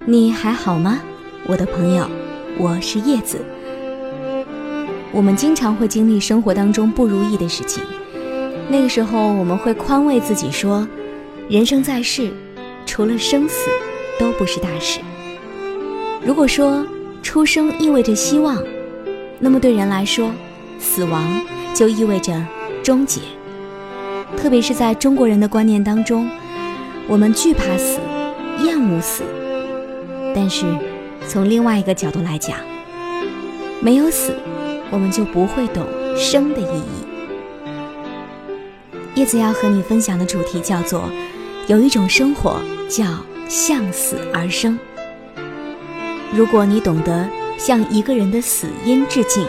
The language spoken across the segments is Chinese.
你还好吗，我的朋友？我是叶子。我们经常会经历生活当中不如意的事情，那个时候我们会宽慰自己说，人生在世，除了生死都不是大事。如果说出生意味着希望，那么对人来说，死亡就意味着终结。特别是在中国人的观念当中，我们惧怕死，厌恶死。但是从另外一个角度来讲，没有死，我们就不会懂生的意义。叶子要和你分享的主题叫做有一种生活叫向死而生。如果你懂得向一个人的死因致敬。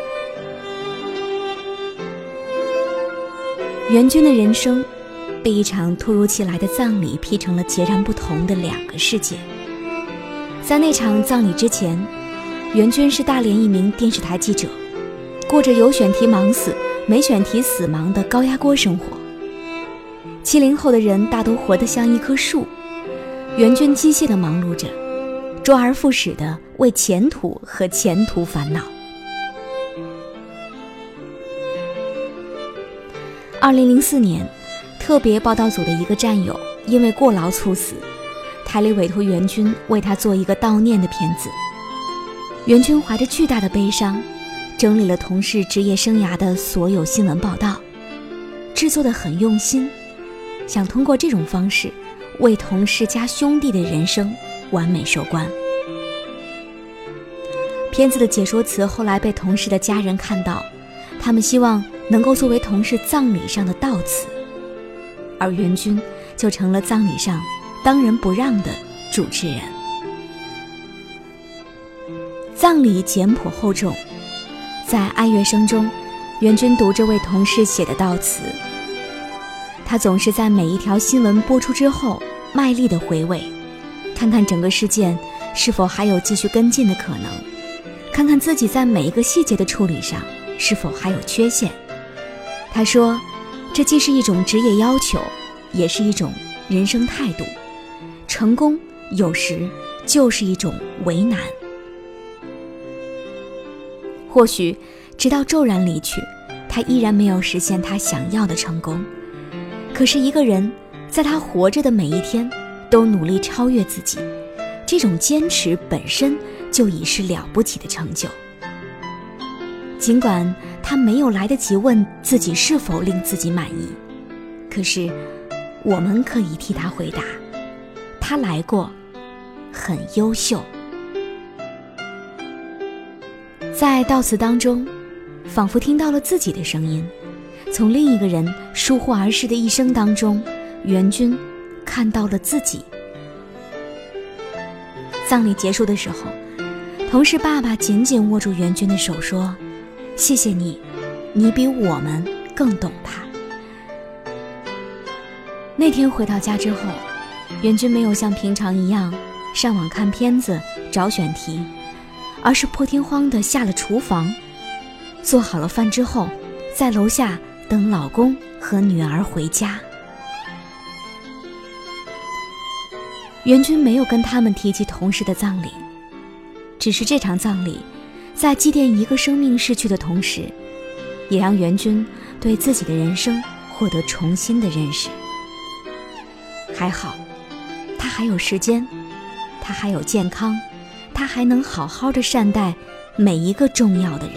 袁军的人生被一场突如其来的葬礼劈成了截然不同的两个世界。在那场葬礼之前，袁军是大连一名电视台记者，过着有选题忙死，没选题死忙的高压锅生活。70后的人大都活得像一棵树，袁军机械地忙碌着，周而复始地为前途和前途烦恼。2004年，特别报道组的一个战友因为过劳猝死，台里委托袁军为他做一个悼念的片子。袁军怀着巨大的悲伤，整理了同事职业生涯的所有新闻报道，制作得很用心，想通过这种方式为同事加兄弟的人生完美收官。片子的解说词后来被同事的家人看到，他们希望能够作为同事葬礼上的悼词，而袁军就成了葬礼上当仁不让的主持人。葬礼简朴厚重，在哀乐声中，袁军读着为同事写的悼词。他总是在每一条新闻播出之后卖力地回味，看看整个事件是否还有继续跟进的可能，看看自己在每一个细节的处理上是否还有缺陷。他说，这既是一种职业要求，也是一种人生态度。成功有时就是一种为难。或许直到骤然离去，他依然没有实现他想要的成功。可是一个人在他活着的每一天都努力超越自己，这种坚持本身就已是了不起的成就。尽管他没有来得及问自己是否令自己满意，可是我们可以替他回答，他来过，很优秀。在悼词当中，仿佛听到了自己的声音，从另一个人疏忽而逝的一生当中，袁军看到了自己。葬礼结束的时候，同事爸爸紧紧握住袁军的手说，谢谢你，你比我们更懂他。那天回到家之后，袁军没有像平常一样上网看片子找选题，而是破天荒地下了厨房，做好了饭之后，在楼下等老公和女儿回家。袁军没有跟他们提及同事的葬礼，只是这场葬礼在祭奠一个生命逝去的同时，也让袁军对自己的人生获得重新的认识。还好，他还有时间，他还有健康，他还能好好的善待每一个重要的人。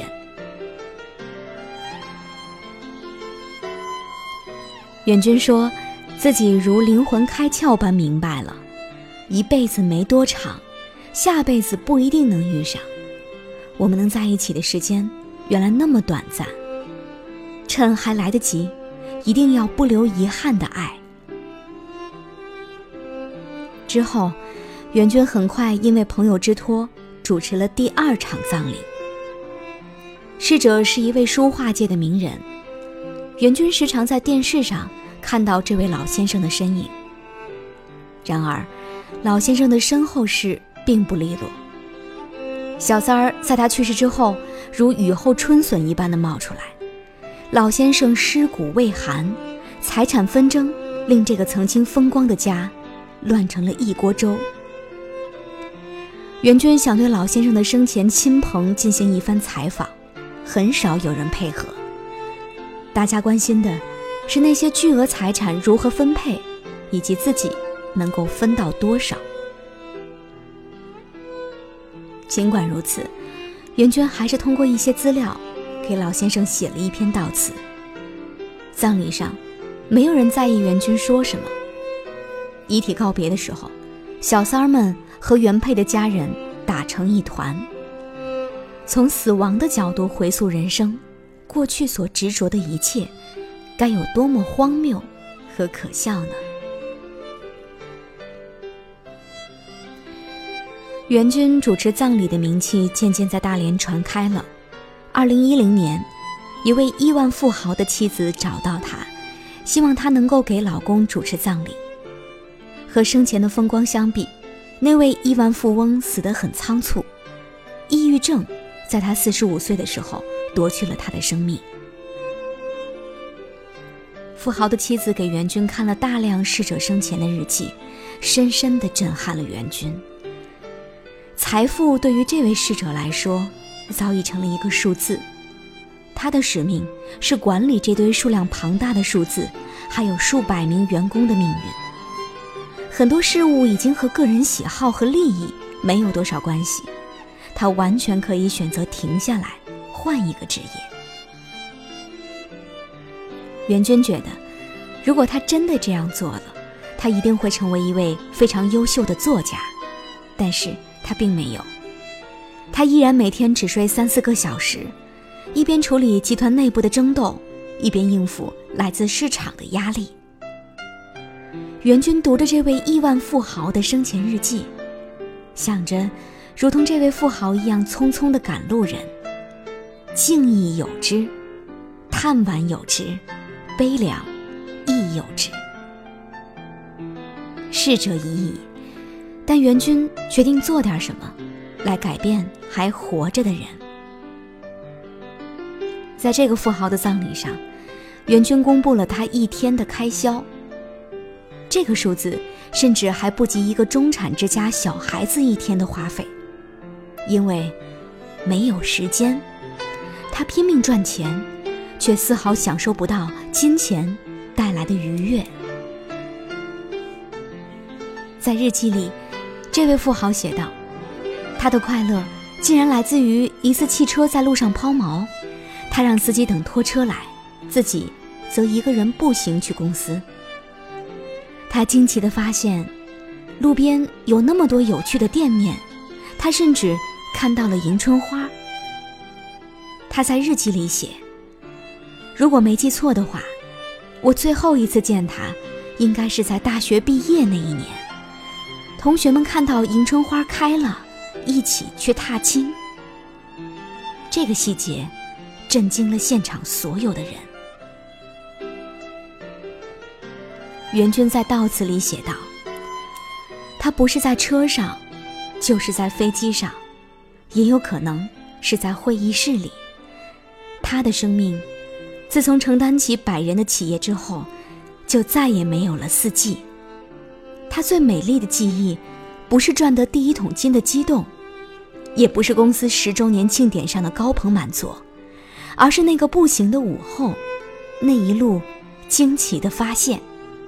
袁军说，自己如灵魂开窍般明白了，一辈子没多长，下辈子不一定能遇上。我们能在一起的时间原来那么短暂，趁还来得及，一定要不留遗憾的爱。之后，袁军很快因为朋友之托主持了第2场葬礼。逝者是一位书画界的名人，袁军时常在电视上看到这位老先生的身影。然而，老先生的身后事并不利落。小三儿在他去世之后，如雨后春笋一般的冒出来。老先生尸骨未寒，财产纷争令这个曾经风光的家乱成了一锅粥。 袁军想对老先生的生前亲朋进行一番采访，很少有人配合。大家关心的是那些巨额财产如何分配，以及自己能够分到多少。尽管如此，袁军还是通过一些资料给老先生写了一篇悼词。葬礼上，没有人在意袁军说什么。遗体告别的时候，小三儿们和原配的家人打成一团，从死亡的角度回溯人生，过去所执着的一切，该有多么荒谬和可笑呢？袁军主持葬礼的名气渐渐在大连传开了。2010年，一位亿万富豪的妻子找到他，希望他能够给老公主持葬礼。和生前的风光相比，那位亿万富翁死得很仓促，抑郁症在他45岁的时候夺去了他的生命。富豪的妻子给袁军看了大量逝者生前的日记，深深地震撼了袁军。财富对于这位逝者来说早已成了一个数字，他的使命是管理这堆数量庞大的数字，还有数百名员工的命运。很多事物已经和个人喜好和利益没有多少关系，他完全可以选择停下来，换一个职业。袁军觉得，如果他真的这样做了，他一定会成为一位非常优秀的作家。但是他并没有，他依然每天只睡3-4个小时，一边处理集团内部的争斗，一边应付来自市场的压力。袁军读着这位亿万富豪的生前日记，想着如同这位富豪一样匆匆地赶路人，敬意有之，叹惋有之，悲凉亦有之。逝者已矣，但袁军决定做点什么来改变还活着的人。在这个富豪的葬礼上，袁军公布了他一天的开销，这个数字甚至还不及一个中产之家小孩子一天的花费。因为没有时间，他拼命赚钱，却丝毫享受不到金钱带来的愉悦。在日记里，这位富豪写道，他的快乐竟然来自于一次汽车在路上抛锚，他让司机等拖车来，自己则一个人步行去公司。他惊奇地发现，路边有那么多有趣的店面，他甚至看到了迎春花。他在日记里写，如果没记错的话，我最后一次见他应该是在大学毕业那一年，同学们看到迎春花开了，一起去踏青。这个细节震惊了现场所有的人。袁军在悼词里写道，他不是在车上，就是在飞机上，也有可能是在会议室里。他的生命自从承担起100人的企业之后，就再也没有了四季。他最美丽的记忆，不是赚得第1桶金的激动，也不是公司10周年庆典上的高朋满座，而是那个步行的午后，那一路惊奇的发现。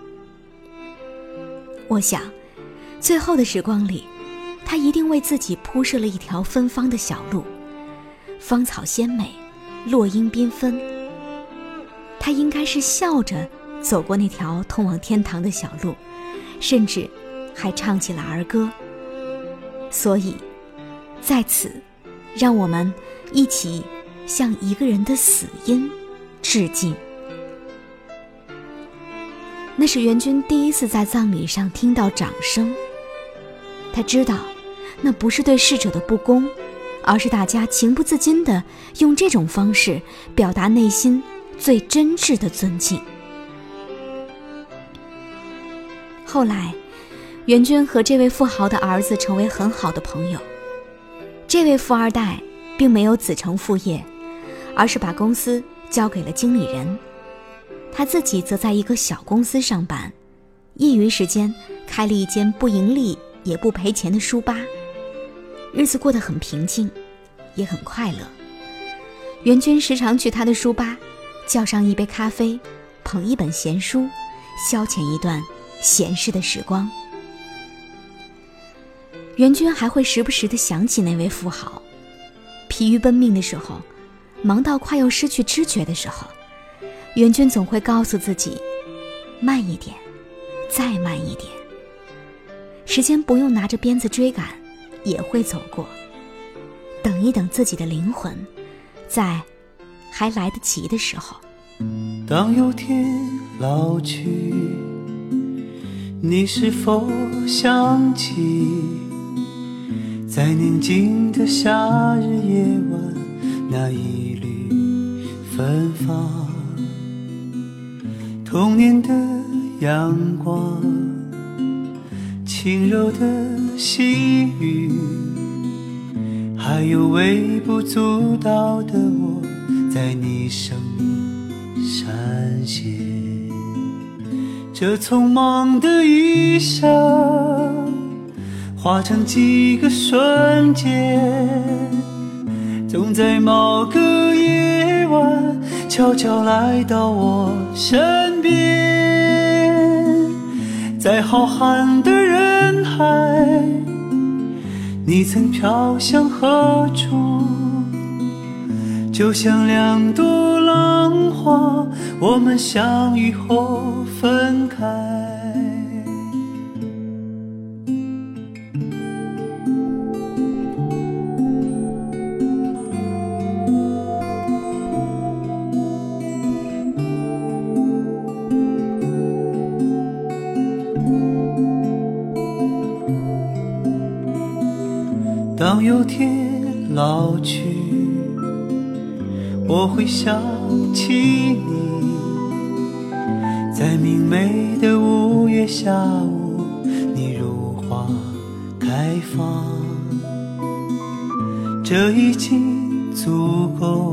我想，最后的时光里，他一定为自己铺设了一条芬芳的小路，芳草鲜美，落英缤纷。他应该是笑着走过那条通往天堂的小路，甚至还唱起了儿歌。所以，在此，让我们一起向一个人的死因致敬。那是袁军第一次在葬礼上听到掌声，他知道那不是对逝者的不公，而是大家情不自禁地用这种方式表达内心最真挚的尊敬。后来，袁军和这位富豪的儿子成为很好的朋友。这位富二代并没有子承父业，而是把公司交给了经理人，他自己则在一个小公司上班，业余时间开了一间不盈利也不赔钱的书吧。 日子过得很平静，也很快乐。袁军时常去他的书吧，叫上一杯咖啡，捧一本闲书，消遣一段闲适的时光。袁军还会时不时地想起那位富豪，疲于奔命的时候，忙到快要失去知觉的时候，袁军总会告诉自己，慢一点，再慢一点。时间不用拿着鞭子追赶，也会走过。等一等自己的灵魂，在还来得及的时候。 当有天老去，你是否想起在宁静的夏日夜晚，那一缕芬芳，童年的阳光，轻柔的细雨，还有微不足道的我，在你生命闪现。这匆忙的一生，化成几个瞬间，总在某个夜晚悄悄来到我身边。在浩瀚的人海，你曾飘向何处？就像两朵浪花，我们相遇后分开。当有天老去，我会想起你，在明媚的5月下午，你如花开放，这已经足够，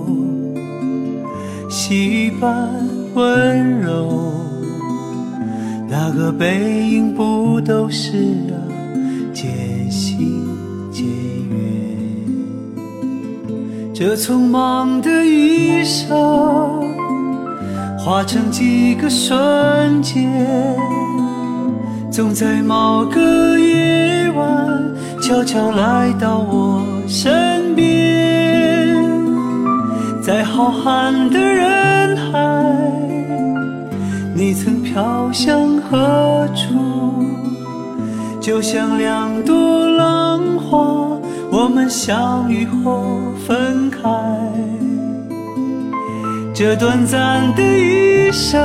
细雨般温柔，那个背影不都是渐行渐远。这匆忙的一生，化成几个瞬间，总在某个夜晚悄悄来到我身边。在浩瀚的人海，你曾飘向何处？就像两朵浪花，我们相遇后分开。这短暂的一生，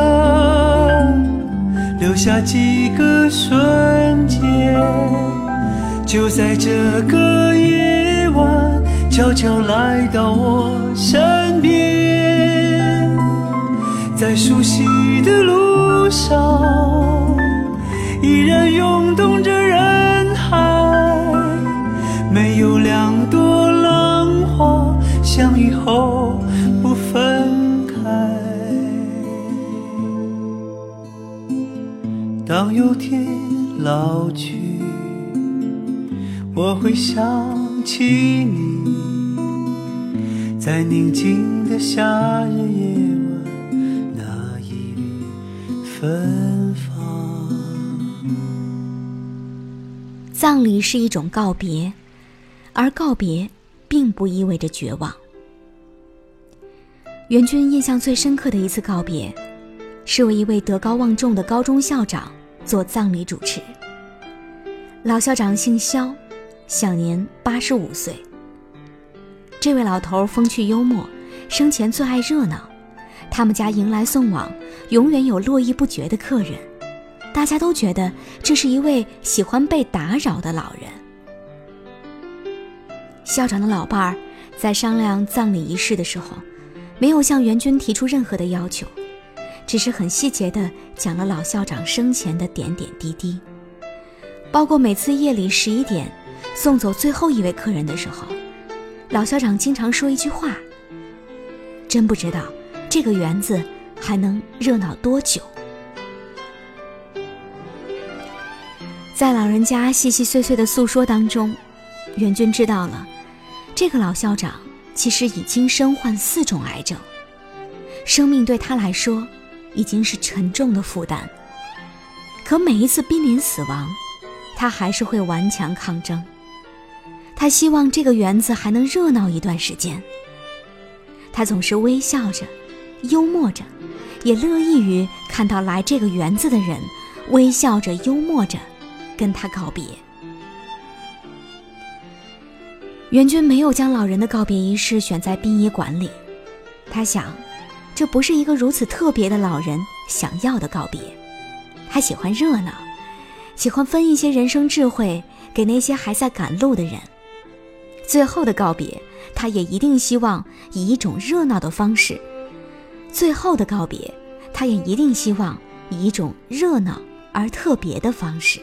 留下几个瞬间，就在这个夜晚悄悄来到我身边。在熟悉的路上，依然涌动着人海，没有两朵浪花相遇后不分开。当有天老去，我会想起你，在宁静的夏日夜晚，那一缕芬芳。 葬礼是一种告别，而告别并不意味着绝望。袁军印象最深刻的一次告别，是为一位德高望重的高中校长做葬礼主持。老校长姓肖，享年85岁。这位老头风趣幽默，生前最爱热闹，他们家迎来送往，永远有络绎不绝的客人，大家都觉得这是一位喜欢被打扰的老人。校长的老伴儿在商量葬礼仪式的时候，没有向袁军提出任何的要求，只是很细节地讲了老校长生前的点点滴滴，包括每次夜里11点送走最后一位客人的时候，老校长经常说一句话：真不知道这个园子还能热闹多久。在老人家细细碎碎的诉说当中， 袁军知道了，这个老校长其实已经身患4种癌症，生命对他来说已经是沉重的负担。可每一次濒临死亡，他还是会顽强抗争。他希望这个园子还能热闹一段时间。他总是微笑着，幽默着，也乐意于看到来这个园子的人微笑着幽默着跟他告别。袁军没有将老人的告别仪式选在殡仪馆里，他想，这不是一个如此特别的老人想要的告别。他喜欢热闹，喜欢分一些人生智慧给那些还在赶路的人。最后的告别，他也一定希望以一种热闹的方式。最后的告别，他也一定希望以一种热闹而特别的方式。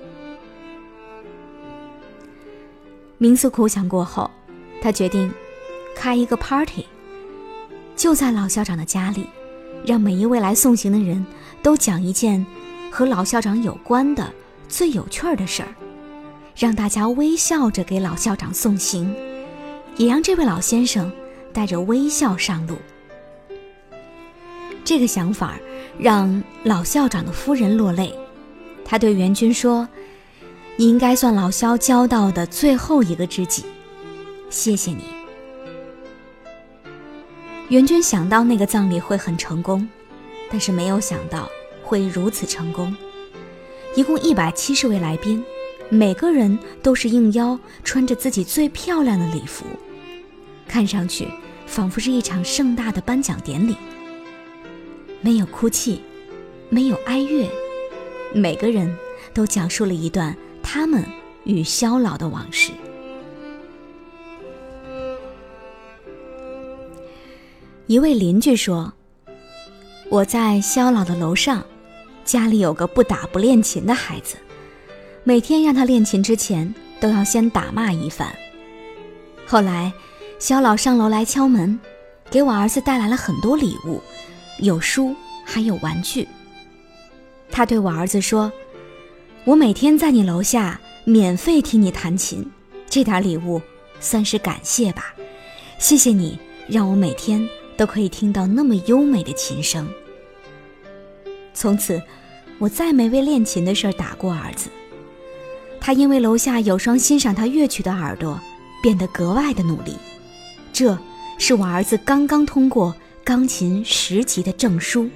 冥思苦想过后，他决定开一个 party， 就在老校长的家里，让每一位来送行的人都讲一件和老校长有关的最有趣的事儿，让大家微笑着给老校长送行，也让这位老先生带着微笑上路。这个想法让老校长的夫人落泪，他对袁军说，你应该算老肖交到的最后一个知己，谢谢你。袁军想到那个葬礼会很成功，但是没有想到会如此成功。一共170位来宾，每个人都是应邀穿着自己最漂亮的礼服，看上去仿佛是一场盛大的颁奖典礼。没有哭泣，没有哀乐，每个人都讲述了一段他们与肖老的往事。一位邻居说，我在肖老的楼上，家里有个不打不练琴的孩子，每天让他练琴之前都要先打骂一番。后来肖老上楼来敲门，给我儿子带来了很多礼物，有书还有玩具。他对我儿子说，我每天在你楼下免费听你弹琴，这点礼物算是感谢吧，谢谢你让我每天都可以听到那么优美的琴声。从此我再没为练琴的事打过儿子，他因为楼下有双欣赏他乐曲的耳朵，变得格外的努力。这是我儿子刚刚通过钢琴10级的证书。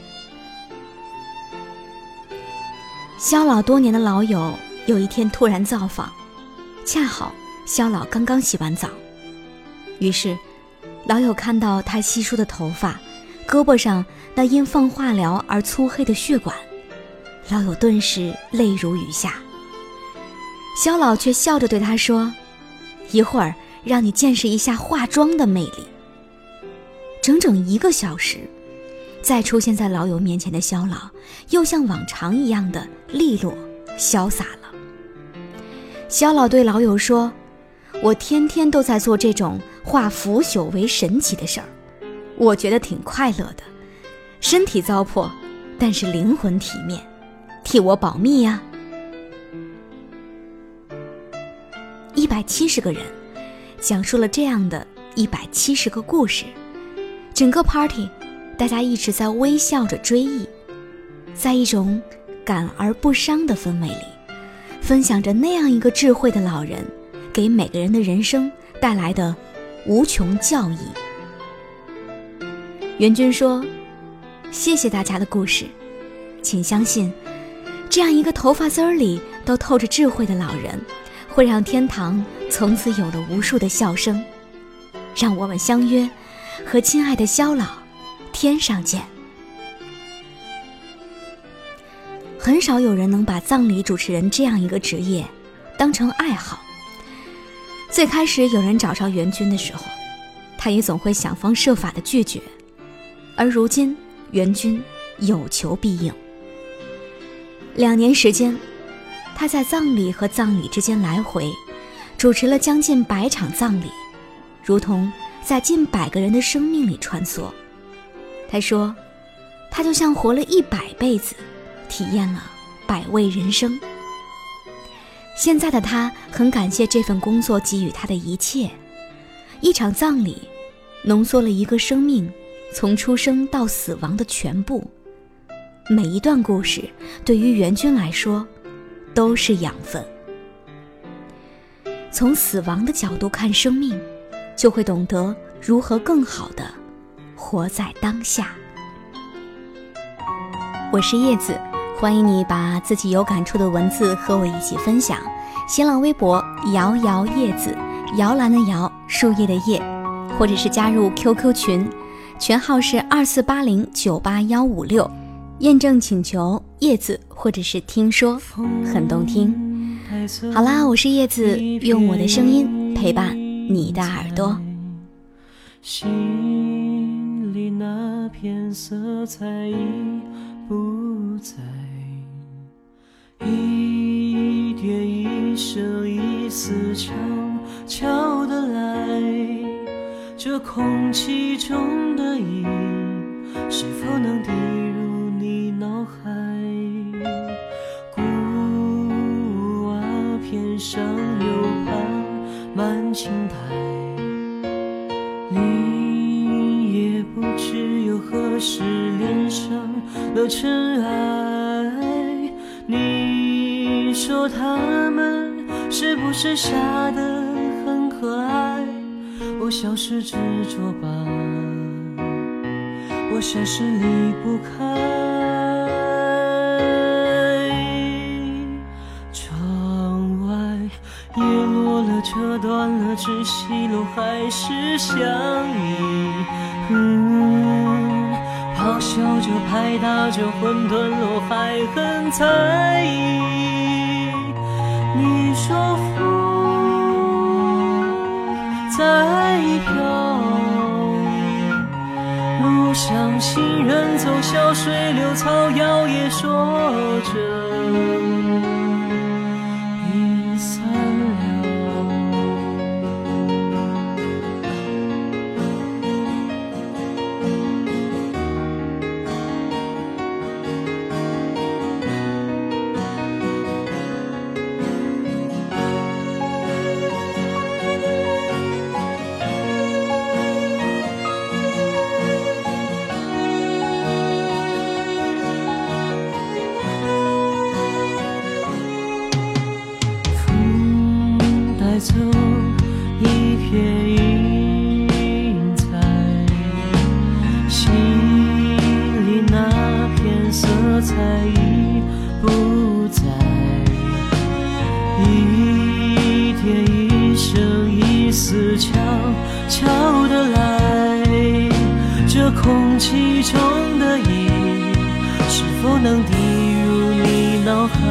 肖老多年的老友有一天突然造访，恰好肖老刚刚洗完澡，于是老友看到他稀疏的头发，胳膊上那因放化疗而粗黑的血管，老友顿时泪如雨下。肖老却笑着对他说，一会儿让你见识一下化妆的魅力。整整1个小时，再出现在老友面前的肖老又像往常一样的利落潇洒了。肖老对老友说，我天天都在做这种化腐朽为神奇的事儿，我觉得挺快乐的，身体糟粕，但是灵魂体面，替我保密呀。170个人讲述了这样的170个故事，整个 party 大家一直在微笑着追忆，在一种感而不伤的氛围里，分享着那样一个智慧的老人给每个人的人生带来的无穷教益。袁军说，谢谢大家的故事，请相信，这样一个头发丝里都透着智慧的老人，会让天堂从此有了无数的笑声。让我们相约，和亲爱的肖老天上见。很少有人能把葬礼主持人这样一个职业当成爱好。最开始有人找上袁军的时候，他也总会想方设法地拒绝，而如今袁军有求必应。2年时间，他在葬礼和葬礼之间来回，主持了将近100场葬礼，如同在近100个人的生命里穿梭。他说，他就像活了100辈子，体验了100味人生。 现在的他很感谢这份工作给予他的一切。一场葬礼浓缩了一个生命从出生到死亡的全部，每一段故事对于袁军来说都是养分。从死亡的角度看生命，就会懂得如何更好地活在当下。我是叶子，欢迎你把自己有感触的文字和我一起分享。新浪微博摇摇叶子，摇篮的摇，树叶的叶，或者是加入 QQ 群，群号是2480-98156，验证请求叶子或者是听说很动听。好啦，我是叶子，用我的声音陪伴你的耳朵。 心里那片色彩已不在，一点一声一丝悄悄地来，这空气中的意是否能滴入你脑海？古瓦片上有盘满青苔，你也不知又何时连上了尘埃。你说他们是不是傻得很可爱？我像是执着吧，我像是离不开。窗外叶落了，折断了，只息落还是相依。咆哮着，拍打着，混沌我还很在意。你说风在飘，路上行人走，小水流，草摇也说着已散了。带走一片云彩，心里那片色彩已不在，一点一声一丝悄悄地来，这空气中的意是否能滴入你脑海？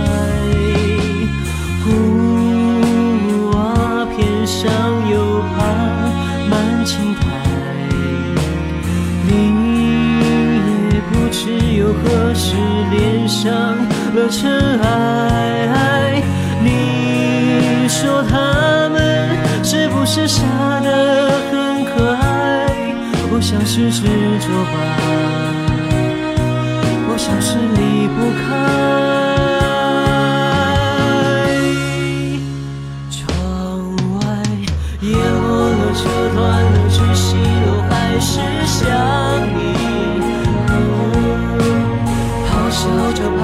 上有盘满青苔，你也不知又何时连上了尘埃。你说他们是不是傻得很可爱？我像是执着吧，我像是离不开。叶落了，折断了，只息落还是相依。咆哮着，